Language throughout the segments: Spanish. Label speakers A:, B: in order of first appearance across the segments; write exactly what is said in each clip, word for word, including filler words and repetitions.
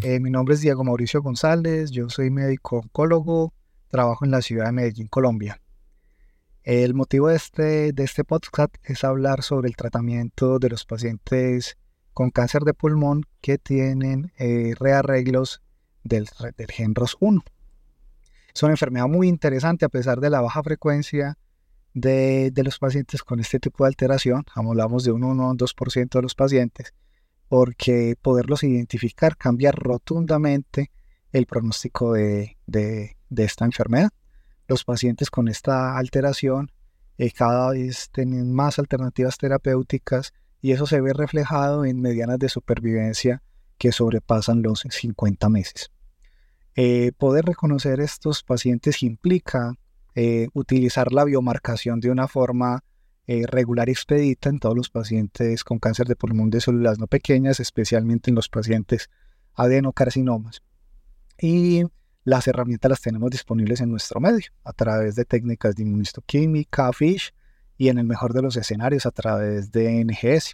A: Eh, mi nombre es Diego Mauricio González, yo soy médico oncólogo, trabajo en la ciudad de Medellín, Colombia. El motivo de este, de este podcast es hablar sobre el tratamiento de los pacientes con cáncer de pulmón que tienen eh, rearreglos del, del gen R O S uno. Es una enfermedad muy interesante a pesar de la baja frecuencia de, de los pacientes con este tipo de alteración. Hablamos de un uno o dos por ciento de los pacientes, porque poderlos identificar cambia rotundamente el pronóstico de, de, de esta enfermedad. Los pacientes con esta alteración eh, cada vez tienen más alternativas terapéuticas y eso se ve reflejado en medianas de supervivencia que sobrepasan los cincuenta meses. Eh, poder reconocer estos pacientes implica eh, utilizar la biomarcación de una forma eh, regular y expedita en todos los pacientes con cáncer de pulmón de células no pequeñas, especialmente en los pacientes adenocarcinomas. Y las herramientas las tenemos disponibles en nuestro medio a través de técnicas de inmunohistoquímica, FISH, y en el mejor de los escenarios a través de N G S.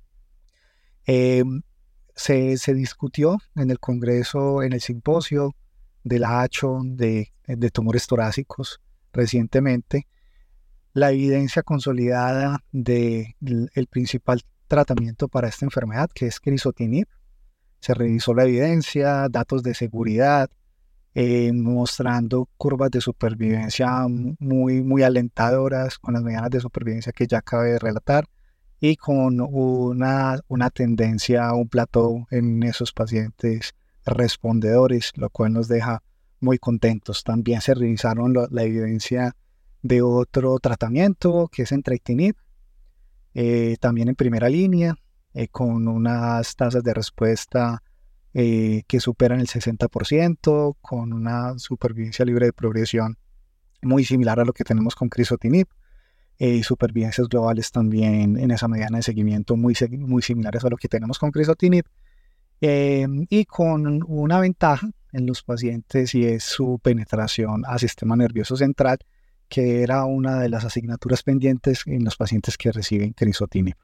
A: Eh, se, se discutió en el congreso, en el simposio de la H O de, de tumores torácicos recientemente, la evidencia consolidada del de principal tratamiento para esta enfermedad, que es crizotinib. Se revisó la evidencia, datos de seguridad, eh, mostrando curvas de supervivencia muy, muy alentadoras, con las medianas de supervivencia que ya acabé de relatar, y con una, una tendencia a un plató en esos pacientes respondedores, lo cual nos deja muy contentos. También se revisaron lo, la evidencia de otro tratamiento, que es entrectinib, eh, también en primera línea, eh, con unas tasas de respuesta eh, que superan el sesenta por ciento, con una supervivencia libre de progresión muy similar a lo que tenemos con crizotinib, y eh, supervivencias globales también en esa mediana de seguimiento muy, muy similares a lo que tenemos con crizotinib, eh, y con una ventaja en los pacientes y es su penetración al sistema nervioso central, que era una de las asignaturas pendientes en los pacientes que reciben crizotinib.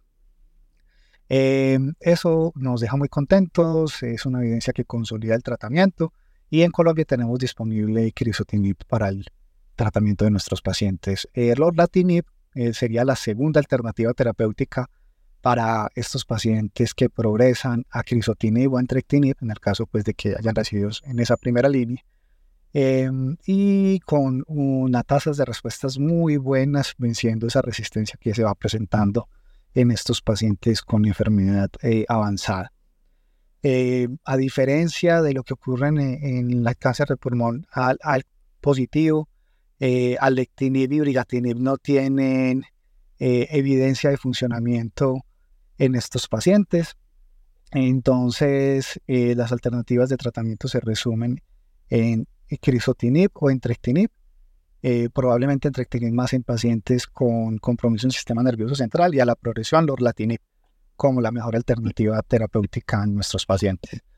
A: Eh, eso nos deja muy contentos, es una evidencia que consolida el tratamiento y en Colombia tenemos disponible crizotinib para el tratamiento de nuestros pacientes. Eh, lorlatinib eh, sería la segunda alternativa terapéutica para estos pacientes que progresan a crizotinib o a entrectinib, en el caso pues, de que hayan recibido en esa primera línea. Eh, y con unas tasas de respuestas muy buenas, venciendo esa resistencia que se va presentando en estos pacientes con enfermedad eh, avanzada. Eh, a diferencia de lo que ocurre en, en el cáncer de pulmón al, al positivo, eh, alectinib y brigatinib no tienen eh, evidencia de funcionamiento en estos pacientes. Entonces, eh, las alternativas de tratamiento se resumen en crizotinib o entrectinib, eh, probablemente entrectinib más en pacientes con compromiso en el sistema nervioso central, y a la progresión lorlatinib como la mejor alternativa terapéutica en nuestros pacientes.